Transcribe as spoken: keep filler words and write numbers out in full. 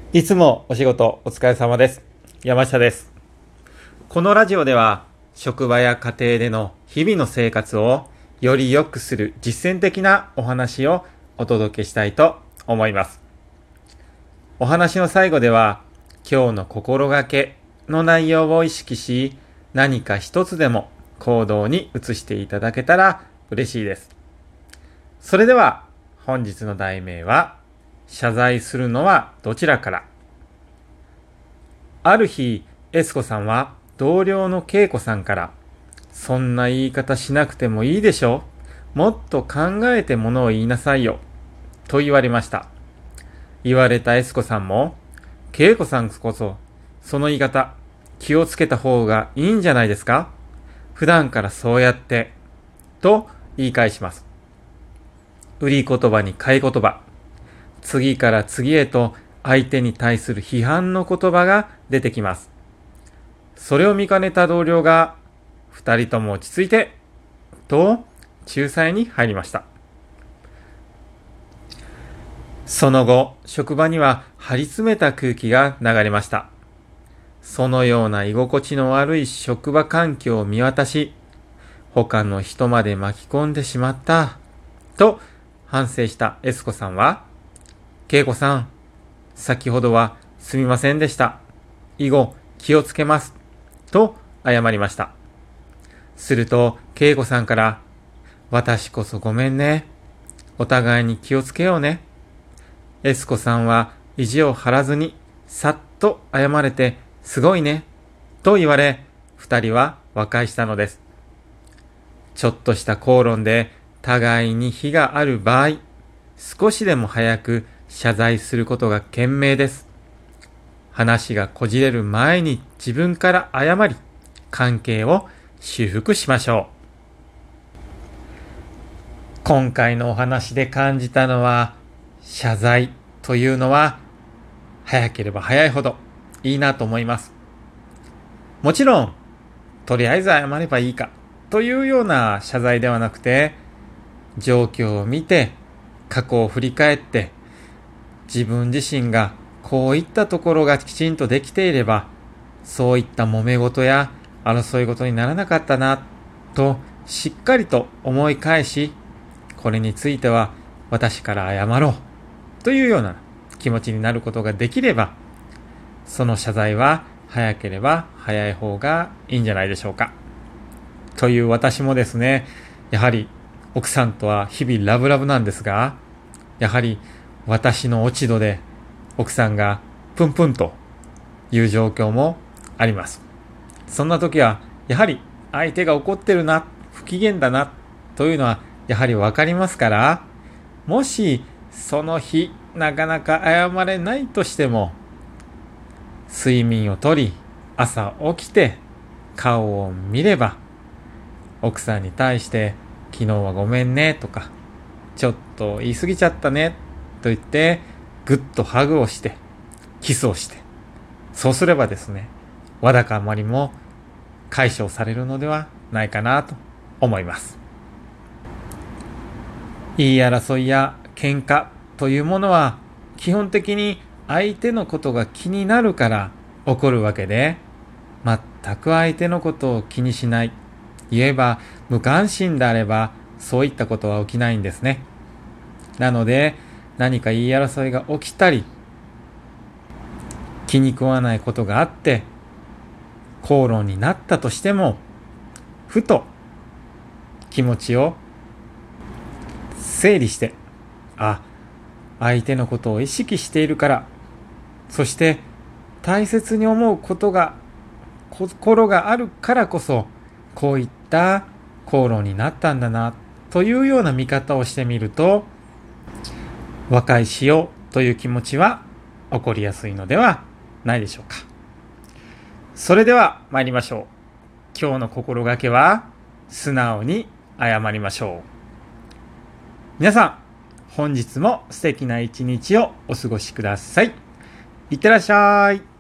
いつもお仕事お疲れ様です。山下です。このラジオでは職場や家庭での日々の生活をより良くする実践的なお話をお届けしたいと思います。お話の最後では今日の心がけの内容を意識し、何か一つでも行動に移していただけたら嬉しいです。それでは本日の題名は、謝罪するのはどちらから。ある日、エスコさんは同僚のケイコさんから、そんな言い方しなくてもいいでしょ、もっと考えてものを言いなさいよ、と言われました。言われたエスコさんも、ケイコさんこそ、その言い方、気をつけた方がいいんじゃないですか、普段からそうやって、と言い返します。売り言葉に買い言葉、次から次へと相手に対する批判の言葉が出てきます。それを見かねた同僚が、二人とも落ち着いて、と仲裁に入りました。その後、職場には張り詰めた空気が流れました。そのような居心地の悪い職場環境を見渡し、他の人まで巻き込んでしまった、と反省したエスコさんは、ケイコさん、先ほどはすみませんでした。以後気をつけます。と謝りました。すると、ケイコさんから、私こそごめんね。お互いに気をつけようね。エスコさんは意地を張らずに、さっと謝れて、すごいね。と言われ、二人は和解したのです。ちょっとした口論で、互いに非がある場合、少しでも早く謝罪することが賢明です。話がこじれる前に自分から謝り、関係を修復しましょう。今回のお話で感じたのは、謝罪というのは早ければ早いほどいいなと思います。もちろん、とりあえず謝ればいいかというような謝罪ではなくて、状況を見て、過去を振り返って、自分自身がこういったところがきちんとできていれば、そういった揉め事や争い事にならなかったな、としっかりと思い返し、これについては私から謝ろう、というような気持ちになることができれば、その謝罪は早ければ早い方がいいんじゃないでしょうか。という私もですね、やはり奥さんとは日々ラブラブなんですが、やはり私の落ち度で奥さんがプンプンという状況もあります。そんな時はやはり相手が怒ってるな、不機嫌だなというのはやはりわかりますから、もしその日なかなか謝れないとしても、睡眠をとり朝起きて顔を見れば、奥さんに対して昨日はごめんねとか、ちょっと言い過ぎちゃったねと言ってぐっとハグをしてキスをして、そうすればですね、わだかまりも解消されるのではないかなと思います。言い争いや喧嘩というものは基本的に相手のことが気になるから起こるわけで、全く相手のことを気にしない、言えば無関心であればそういったことは起きないんですね。なので何か言い争いが起きたり、気に食わないことがあって口論になったとしても、ふと気持ちを整理して、あ、相手のことを意識しているから、そして大切に思うことが心があるからこそこういった口論になったんだなというような見方をしてみると、和解しようという気持ちは起こりやすいのではないでしょうか。それでは参りましょう。今日の心がけは、素直に謝りましょう。皆さん、本日も素敵な一日をお過ごしください。いってらっしゃい。